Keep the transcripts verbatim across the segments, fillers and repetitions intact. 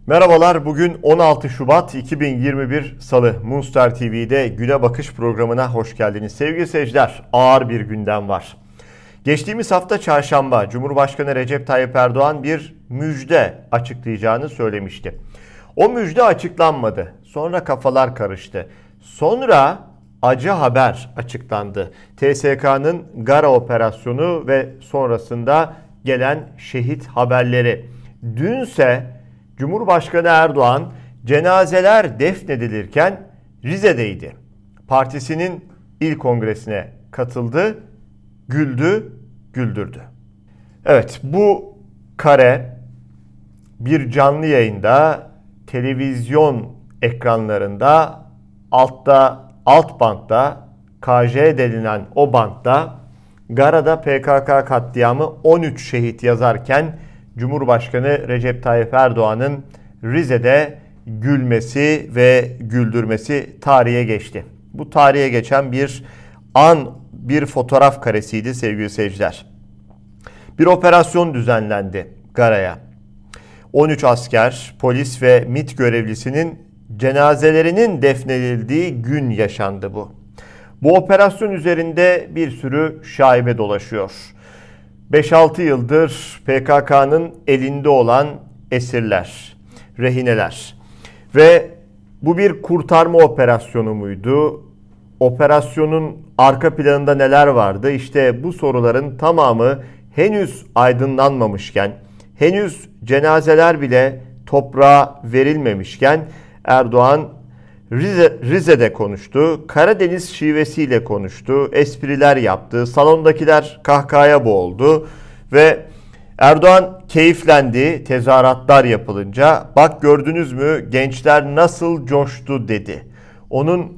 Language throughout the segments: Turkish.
Merhabalar, bugün on altı Şubat iki bin yirmi bir Salı. Moonstar T V'de Güne Bakış programına hoş geldiniz. Sevgili seyirciler, ağır bir gündem var. Geçtiğimiz hafta çarşamba Cumhurbaşkanı Recep Tayyip Erdoğan bir müjde açıklayacağını söylemişti. O müjde açıklanmadı. Sonra kafalar karıştı. Sonra acı haber açıklandı. T S K'nın Gara operasyonu ve sonrasında gelen şehit haberleri. Dünse Cumhurbaşkanı Erdoğan cenazeler defnedilirken Rize'deydi. Partisinin il kongresine katıldı, güldü, güldürdü. Evet, bu kare bir canlı yayında televizyon ekranlarında altta, alt bantta K J denilen o bantta Gara'da P K K katliamı on üç şehit yazarken Cumhurbaşkanı Recep Tayyip Erdoğan'ın Rize'de gülmesi ve güldürmesi tarihe geçti. Bu tarihe geçen bir an, bir fotoğraf karesiydi sevgili seyirciler. Bir operasyon düzenlendi Gara'ya. on üç asker, polis ve MİT görevlisinin cenazelerinin defnedildiği gün yaşandı bu. Bu operasyon üzerinde bir sürü şaibe dolaşıyor. beş altı yıldır P K K'nın elinde olan esirler, rehineler ve bu bir kurtarma operasyonu muydu? Operasyonun arka planında neler vardı? İşte bu soruların tamamı henüz aydınlanmamışken, henüz cenazeler bile toprağa verilmemişken Erdoğan Rize, Rize'de konuştu, Karadeniz şivesiyle konuştu, espriler yaptı, salondakiler kahkahaya boğuldu ve Erdoğan keyiflendi tezahüratlar yapılınca. Bak gördünüz mü gençler nasıl coştu dedi. Onun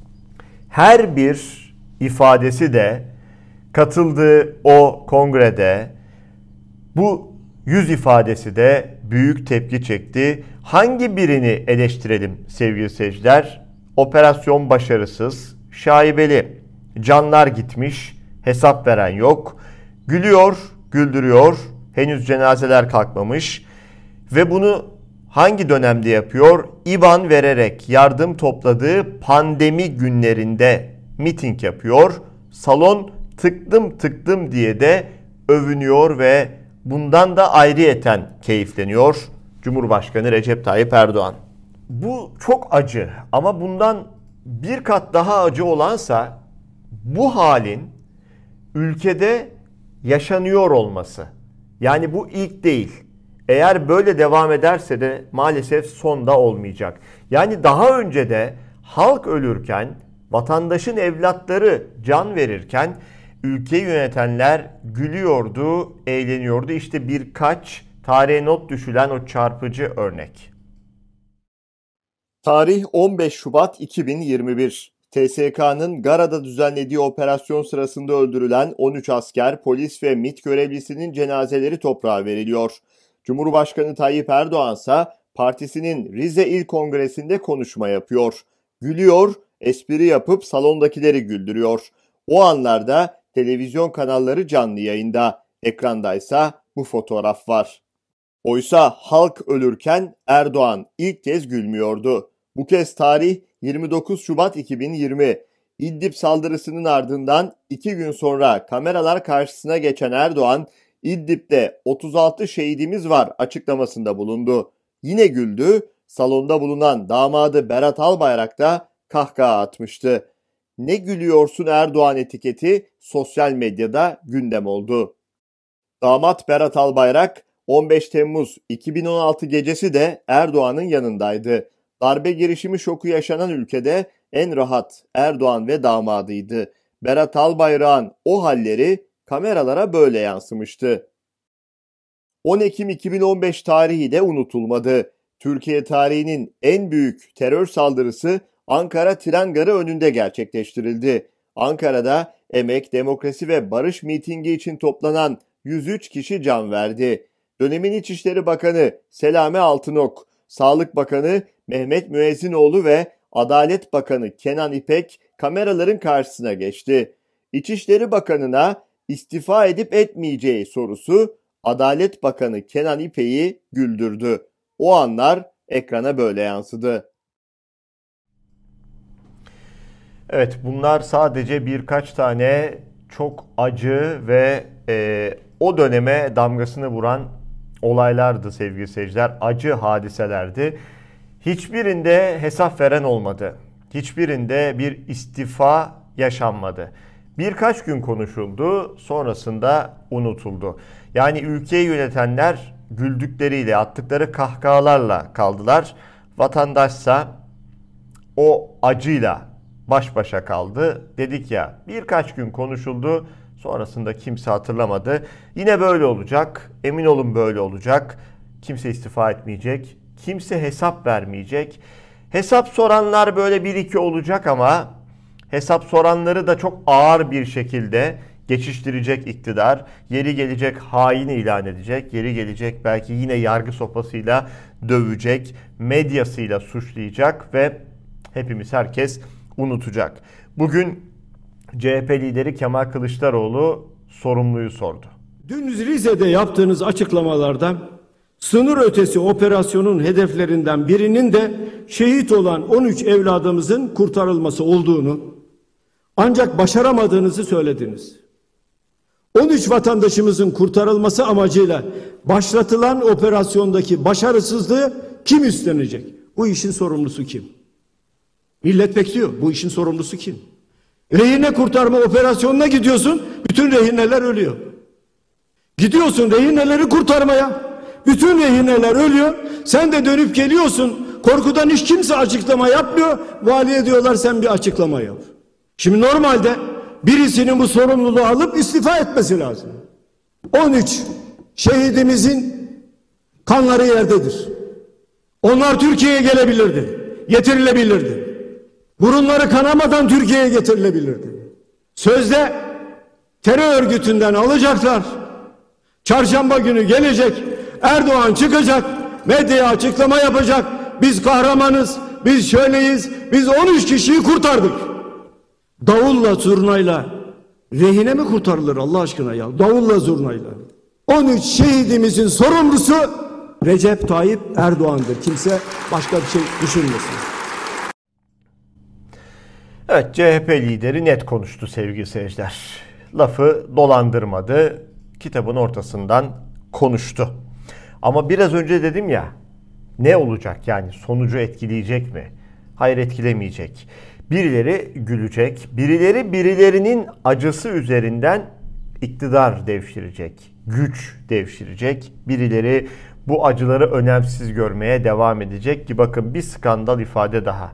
her bir ifadesi de katıldığı o kongrede bu yüz ifadesi de büyük tepki çekti. Hangi birini eleştirelim sevgili seyirciler? Operasyon başarısız, şaibeli, canlar gitmiş, hesap veren yok. Gülüyor, güldürüyor, henüz cenazeler kalkmamış ve bunu hangi dönemde yapıyor? İban vererek yardım topladığı pandemi günlerinde miting yapıyor. Salon tıktım tıktım diye de övünüyor ve bundan da ayrıyeten keyifleniyor Cumhurbaşkanı Recep Tayyip Erdoğan. Bu çok acı ama bundan bir kat daha acı olansa bu halin ülkede yaşanıyor olması. Yani bu ilk değil. Eğer böyle devam ederse de maalesef son da olmayacak. Yani daha önce de halk ölürken, vatandaşın evlatları can verirken ülkeyi yönetenler gülüyordu, eğleniyordu. İşte birkaç tarihe not düşülen o çarpıcı örnek. Tarih on beş Şubat iki bin yirmi bir. T S K'nın Gara'da düzenlediği operasyon sırasında öldürülen on üç asker, polis ve MİT görevlisinin cenazeleri toprağa veriliyor. Cumhurbaşkanı Tayyip Erdoğan ise partisinin Rize İl Kongresi'nde konuşma yapıyor. Gülüyor, espri yapıp salondakileri güldürüyor. O anlarda televizyon kanalları canlı yayında, ekrandaysa bu fotoğraf var. Oysa halk ölürken Erdoğan ilk kez gülmüyordu. Bu kez tarih yirmi dokuz Şubat iki bin yirmi. İdlib saldırısının ardından iki gün sonra kameralar karşısına geçen Erdoğan, İdlib'de otuz altı şehidimiz var açıklamasında bulundu. Yine güldü, salonda bulunan damadı Berat Albayrak da kahkaha atmıştı. Ne gülüyorsun Erdoğan etiketi sosyal medyada gündem oldu. Damat Berat Albayrak on beş Temmuz iki bin on altı gecesi de Erdoğan'ın yanındaydı. Darbe girişimi şoku yaşanan ülkede en rahat Erdoğan ve damadıydı. Berat Albayrak'ın o halleri kameralara böyle yansımıştı. on Ekim iki bin on beş tarihi de unutulmadı. Türkiye tarihinin en büyük terör saldırısı Ankara Tren Garı önünde gerçekleştirildi. Ankara'da Emek, Demokrasi ve Barış mitingi için toplanan yüz üç kişi can verdi. Dönemin İçişleri Bakanı Selami Altınok, Sağlık Bakanı Mehmet Müezzinoğlu ve Adalet Bakanı Kenan İpek kameraların karşısına geçti. İçişleri Bakanı'na istifa edip etmeyeceği sorusu Adalet Bakanı Kenan İpek'i güldürdü. O anlar ekrana böyle yansıdı. Evet, bunlar sadece birkaç tane çok acı ve e, o döneme damgasını vuran olaylardı sevgili seyirciler. Acı hadiselerdi. Hiçbirinde hesap veren olmadı. Hiçbirinde bir istifa yaşanmadı. Birkaç gün konuşuldu, sonrasında unutuldu. Yani ülkeyi yönetenler güldükleriyle, attıkları kahkahalarla kaldılar. Vatandaşsa o acıyla baş başa kaldı. Dedik ya, birkaç gün konuşuldu, sonrasında kimse hatırlamadı. Yine böyle olacak, emin olun böyle olacak. Kimse istifa etmeyecek, kimse hesap vermeyecek. Hesap soranlar böyle bir iki olacak ama hesap soranları da çok ağır bir şekilde geçiştirecek iktidar. Yeri gelecek hain ilan edecek, yeri gelecek belki yine yargı sopasıyla dövecek, medyasıyla suçlayacak ve hepimiz, herkes unutacak. Bugün C H P lideri Kemal Kılıçdaroğlu sorumluyu sordu. Dün Rize'de yaptığınız açıklamalarda sınır ötesi operasyonun hedeflerinden birinin de şehit olan on üç evladımızın kurtarılması olduğunu, ancak başaramadığınızı söylediniz. on üç vatandaşımızın kurtarılması amacıyla başlatılan operasyondaki başarısızlığı kim üstlenecek? Bu işin sorumlusu kim? Millet bekliyor. Bu işin sorumlusu kim? Rehine kurtarma operasyonuna gidiyorsun, bütün rehineler ölüyor. Gidiyorsun rehineleri kurtarmaya, bütün rehineler ölüyor. Sen de dönüp geliyorsun, korkudan hiç kimse açıklama yapmıyor. Valiye diyorlar sen bir açıklama yap. Şimdi normalde birisinin bu sorumluluğu alıp istifa etmesi lazım. on üç şehidimizin kanları yerdedir. Onlar Türkiye'ye gelebilirdi, getirilebilirdi. Burunları kanamadan Türkiye'ye getirilebilirdi. Sözde terör örgütünden alacaklar. Çarşamba günü gelecek, Erdoğan çıkacak, medyaya açıklama yapacak. Biz kahramanız, biz şöyleyiz, biz on üç kişiyi kurtardık. Davulla zurnayla rehine mi kurtarılır Allah aşkına ya? Davulla zurnayla. on üç şehidimizin sorumlusu Recep Tayyip Erdoğan'dır. Kimse başka bir şey düşünmesin. Evet, C H P lideri net konuştu sevgili seyirciler. Lafı dolandırmadı, kitabın ortasından konuştu. Ama biraz önce dedim ya, ne olacak yani, sonucu etkileyecek mi? Hayır, etkilemeyecek. Birileri gülecek, birileri birilerinin acısı üzerinden iktidar devşirecek, güç devşirecek. Birileri bu acıları önemsiz görmeye devam edecek ki bakın bir skandal ifade daha.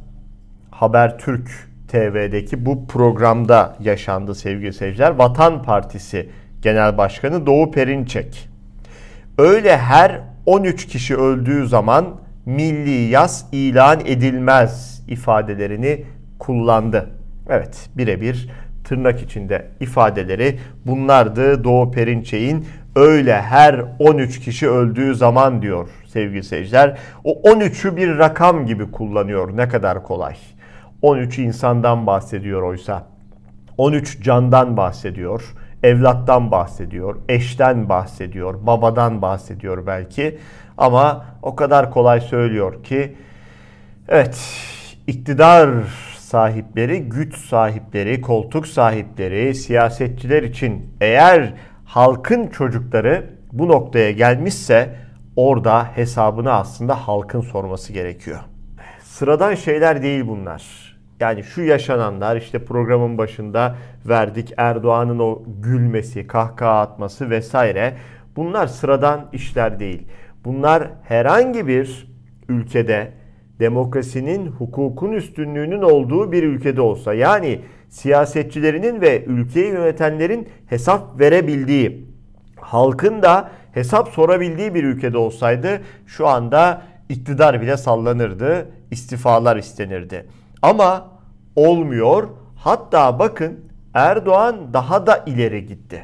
Habertürk T V'deki bu programda yaşandı sevgili seyirciler. Vatan Partisi Genel Başkanı Doğu Perinçek, öyle her on üç kişi öldüğü zaman milli yas ilan edilmez ifadelerini kullandı. Evet, birebir tırnak içinde ifadeleri bunlardı Doğu Perinçek'in. Öyle her on üç kişi öldüğü zaman diyor sevgili seyirciler. O on üçü bir rakam gibi kullanıyor. Ne kadar kolay. on üç insandan bahsediyor oysa. on üç candan bahsediyor. Evlattan bahsediyor. Eşten bahsediyor. Babadan bahsediyor belki. Ama o kadar kolay söylüyor ki evet, iktidar sahipleri, güç sahipleri, koltuk sahipleri, siyasetçiler için eğer halkın çocukları bu noktaya gelmişse orada hesabını aslında halkın sorması gerekiyor. Sıradan şeyler değil bunlar. Yani şu yaşananlar, işte programın başında verdik, Erdoğan'ın o gülmesi, kahkaha atması vesaire, bunlar sıradan işler değil. Bunlar herhangi bir ülkede demokrasinin, hukukun üstünlüğünün olduğu bir ülkede olsa, yani siyasetçilerinin ve ülkeyi yönetenlerin hesap verebildiği, halkın da hesap sorabildiği bir ülkede olsaydı şu anda iktidar bile sallanırdı, istifalar istenirdi. Ama olmuyor. Hatta bakın Erdoğan daha da ileri gitti.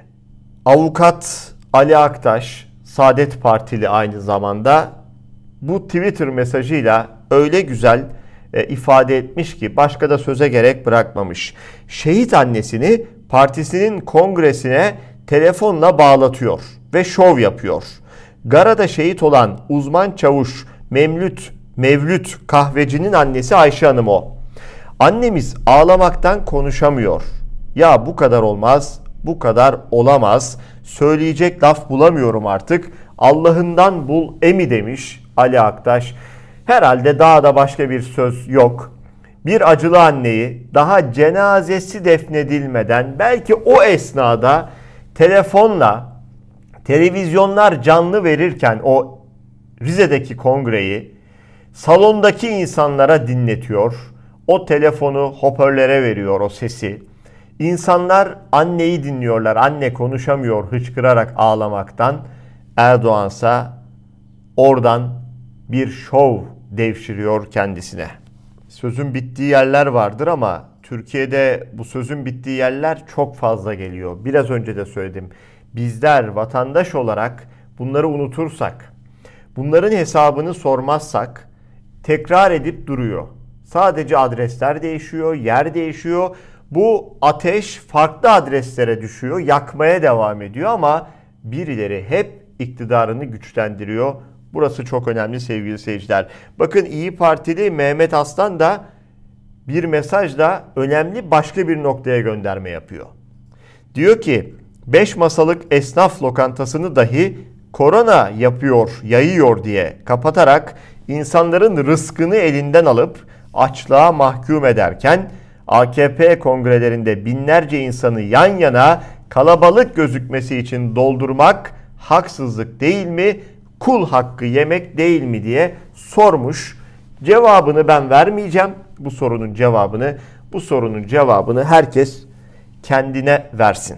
Avukat Ali Aktaş, Saadet Partili aynı zamanda, bu Twitter mesajıyla öyle güzel e, ifade etmiş ki başka da söze gerek bırakmamış. Şehit annesini partisinin kongresine telefonla bağlatıyor ve şov yapıyor. Gara'da şehit olan uzman çavuş Memlüt, Mevlüt kahvecinin annesi Ayşe Hanım o. Annemiz ağlamaktan konuşamıyor. Ya bu kadar olmaz, bu kadar olamaz. Söyleyecek laf bulamıyorum artık. Allah'ından bul emi demiş Ali Aktaş. Herhalde daha da başka bir söz yok. Bir acılı anneyi daha cenazesi defnedilmeden belki o esnada telefonla televizyonlar canlı verirken o Rize'deki kongreyi salondaki insanlara dinletiyor. O telefonu hoparlöre veriyor, o sesi. İnsanlar anneyi dinliyorlar. Anne konuşamıyor hıçkırarak ağlamaktan. Erdoğan'sa oradan bir şov devşiriyor kendisine. Sözün bittiği yerler vardır ama Türkiye'de bu sözün bittiği yerler çok fazla geliyor. Biraz önce de söyledim. Bizler vatandaş olarak bunları unutursak, bunların hesabını sormazsak tekrar edip duruyor. Sadece adresler değişiyor, yer değişiyor. Bu ateş farklı adreslere düşüyor, yakmaya devam ediyor ama birileri hep iktidarını güçlendiriyor. Burası çok önemli sevgili seyirciler. Bakın İyi Partili Mehmet Aslan da bir mesajla önemli başka bir noktaya gönderme yapıyor. Diyor ki beş masalık esnaf lokantasını dahi korona yapıyor, yayıyor diye kapatarak insanların rızkını elinden alıp açlığa mahkum ederken A K P kongrelerinde binlerce insanı yan yana kalabalık gözükmesi için doldurmak haksızlık değil mi? Kul hakkı yemek değil mi diye sormuş. Cevabını ben vermeyeceğim. Bu sorunun cevabını, bu sorunun cevabını herkes kendine versin.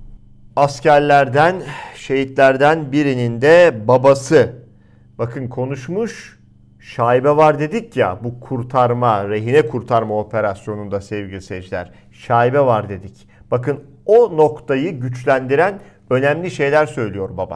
Askerlerden, şehitlerden birinin de babası. Bakın konuşmuş. Şaibe var dedik ya bu kurtarma, rehine kurtarma operasyonunda sevgili seyirciler. Şaibe var dedik. Bakın o noktayı güçlendiren önemli şeyler söylüyor baba.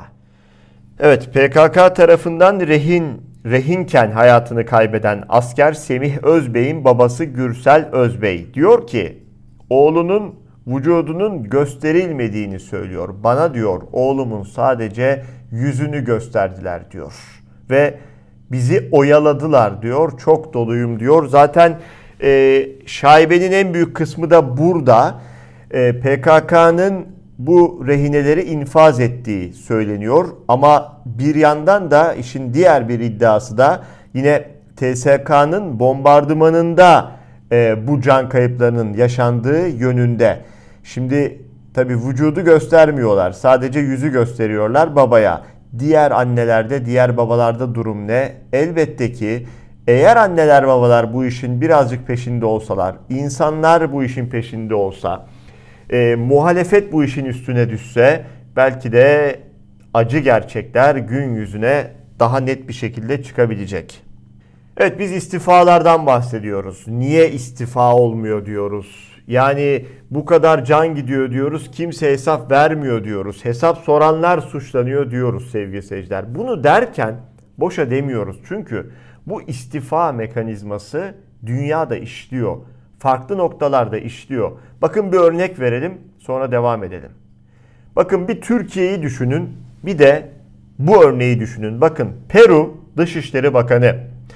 Evet, P K K tarafından rehin rehinken hayatını kaybeden asker Semih Özbey'in babası Gürsel Özbey diyor ki oğlunun vücudunun gösterilmediğini söylüyor. Bana diyor oğlumun sadece yüzünü gösterdiler diyor. Ve bizi oyaladılar diyor. Çok doluyum diyor. Zaten e, şaibenin en büyük kısmı da burada. E, P K K'nın bu rehineleri infaz ettiği söyleniyor. Ama bir yandan da işin diğer bir iddiası da yine T S K'nın bombardımanında e, bu can kayıplarının yaşandığı yönünde. Şimdi tabii vücudu göstermiyorlar. Sadece yüzü gösteriyorlar babaya. Diğer annelerde, diğer babalarda durum ne? Elbette ki eğer anneler babalar bu işin birazcık peşinde olsalar, insanlar bu işin peşinde olsa, e, muhalefet bu işin üstüne düşse belki de acı gerçekler gün yüzüne daha net bir şekilde çıkabilecek. Evet, biz istifalardan bahsediyoruz. Niye istifa olmuyor diyoruz. Yani bu kadar can gidiyor diyoruz. Kimse hesap vermiyor diyoruz. Hesap soranlar suçlanıyor diyoruz sevgili seyirciler. Bunu derken boşa demiyoruz. Çünkü bu istifa mekanizması dünyada işliyor. Farklı noktalarda işliyor. Bakın bir örnek verelim, sonra devam edelim. Bakın bir Türkiye'yi düşünün, bir de bu örneği düşünün. Bakın Peru Dışişleri Bakanı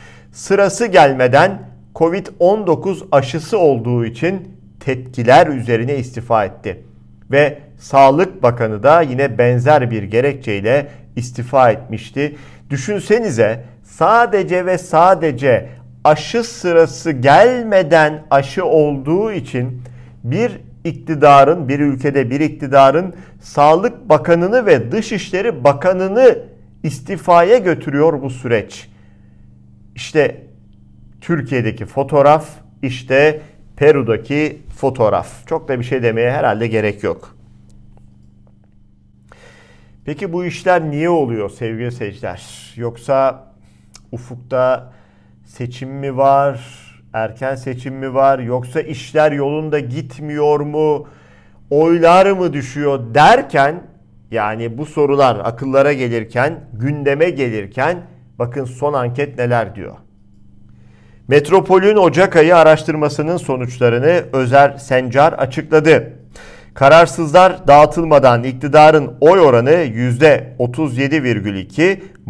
sırası gelmeden kovid on dokuz aşısı olduğu için tepkiler üzerine istifa etti. Ve Sağlık Bakanı da yine benzer bir gerekçeyle istifa etmişti. Düşünsenize sadece ve sadece aşı sırası gelmeden aşı olduğu için bir iktidarın, bir ülkede bir iktidarın Sağlık Bakanını ve Dışişleri Bakanını istifaya götürüyor bu süreç. İşte Türkiye'deki fotoğraf, işte Peru'daki fotoğraf. Çok da bir şey demeye herhalde gerek yok. Peki bu işler niye oluyor sevgili seyirciler? Yoksa ufukta seçim mi var? Erken seçim mi var? Yoksa işler yolunda gitmiyor mu? Oylar mı düşüyor derken, yani bu sorular akıllara gelirken, gündeme gelirken bakın son anket neler diyor. Metropol'ün Ocak ayı araştırmasının sonuçlarını Özer Sencar açıkladı. Kararsızlar dağıtılmadan iktidarın oy oranı yüzde otuz yedi virgül iki,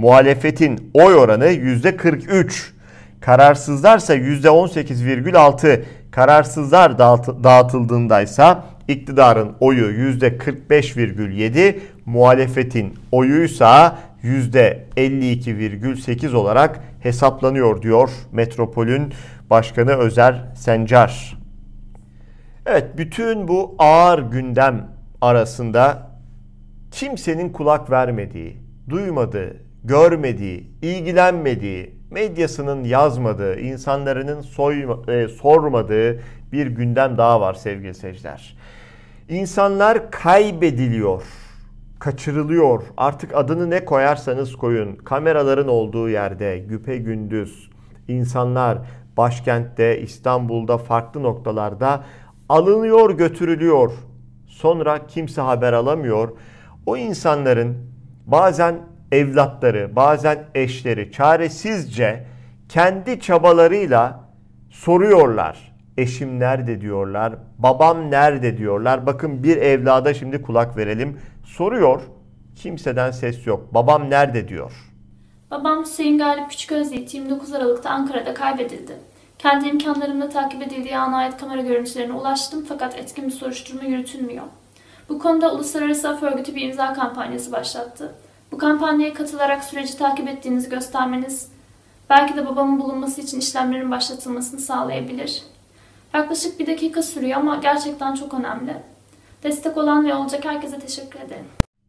Muhalefetin oy oranı yüzde kırk üç. Kararsızlarsa yüzde on sekiz virgül altı. Kararsızlar dağıtıldığındaysa iktidarın oyu yüzde kırk beş virgül yedi. Muhalefetin oyuysa yüzde elli iki virgül sekiz olarak hesaplanıyor diyor Metropol'ün Başkanı Özer Sencar. Evet, bütün bu ağır gündem arasında kimsenin kulak vermediği, duymadığı, görmediği, ilgilenmediği, medyasının yazmadığı, insanların soyma, e, sormadığı bir gündem daha var sevgili seyirciler. İnsanlar kaybediliyor, kaçırılıyor. Artık adını ne koyarsanız koyun. Kameraların olduğu yerde güpegündüz insanlar başkentte, İstanbul'da, farklı noktalarda alınıyor, götürülüyor. Sonra kimse haber alamıyor. O insanların bazen evlatları, bazen eşleri çaresizce kendi çabalarıyla soruyorlar. Eşim nerede diyorlar, babam nerede diyorlar. Bakın bir evlada şimdi kulak verelim. Soruyor, kimseden ses yok. Babam nerede diyor. Babam Hüseyin Galip Küçüközyiğit yirmi dokuz Aralık'ta Ankara'da kaybedildi. Kendi imkanlarımla takip edildiği ana ait kamera görüntülerine ulaştım fakat etkin bir soruşturma yürütülmüyor. Bu konuda Uluslararası Af Örgütü bir imza kampanyası başlattı. Bu kampanyaya katılarak süreci takip ettiğinizi göstermeniz belki de babamın bulunması için işlemlerin başlatılmasını sağlayabilir. Yaklaşık bir dakika sürüyor ama gerçekten çok önemli. Destek olan ve olacak herkese teşekkür ederim.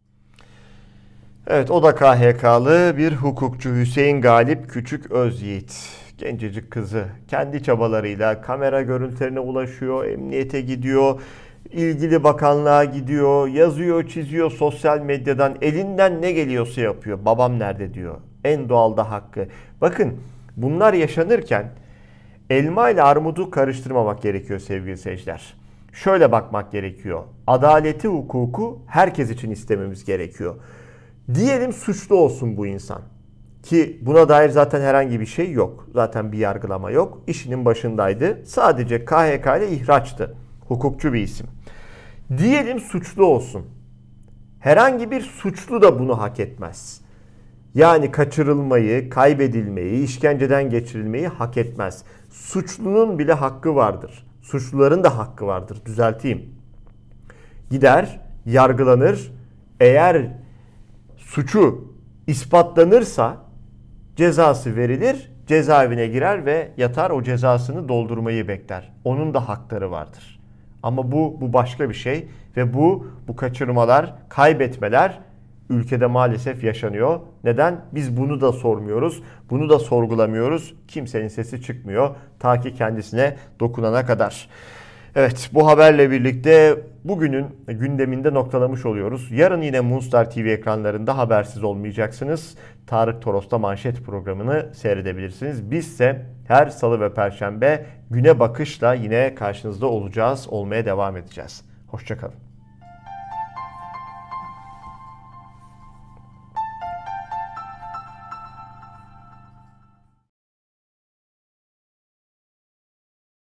Evet, o da K H K'lı bir hukukçu Hüseyin Galip Küçüközyiğit. Gencecik kızı kendi çabalarıyla kamera görüntülerine ulaşıyor, emniyete gidiyor, ilgili bakanlığa gidiyor, yazıyor, çiziyor sosyal medyadan, elinden ne geliyorsa yapıyor. Babam nerede diyor. En doğal da hakkı. Bakın, bunlar yaşanırken elma ile armudu karıştırmamak gerekiyor sevgili seyirciler. Şöyle bakmak gerekiyor. Adaleti, hukuku herkes için istememiz gerekiyor. Diyelim suçlu olsun bu insan. Ki buna dair zaten herhangi bir şey yok. Zaten bir yargılama yok. İşinin başındaydı. Sadece K H K ile ihraçtı. Hukukçu bir isim. Diyelim suçlu olsun. Herhangi bir suçlu da bunu hak etmez. Yani kaçırılmayı, kaybedilmeyi, işkenceden geçirilmeyi hak etmez. Suçlunun bile hakkı vardır. Suçluların da hakkı vardır. Düzelteyim. Gider, yargılanır. Eğer suçu ispatlanırsa cezası verilir, cezaevine girer ve yatar, o cezasını doldurmayı bekler. Onun da hakları vardır. Ama bu bu başka bir şey ve bu bu kaçırmalar, kaybetmeler ülkede maalesef yaşanıyor. Neden? Biz bunu da sormuyoruz, bunu da sorgulamıyoruz. Kimsenin sesi çıkmıyor ta ki kendisine dokunana kadar. Evet, bu haberle birlikte bugünün gündeminde noktalamış oluyoruz. Yarın yine Moonstar T V ekranlarında habersiz olmayacaksınız. Tarık Toros'ta manşet programını seyredebilirsiniz. Bizse her salı ve perşembe güne bakışla yine karşınızda olacağız, olmaya devam edeceğiz. Hoşça kalın.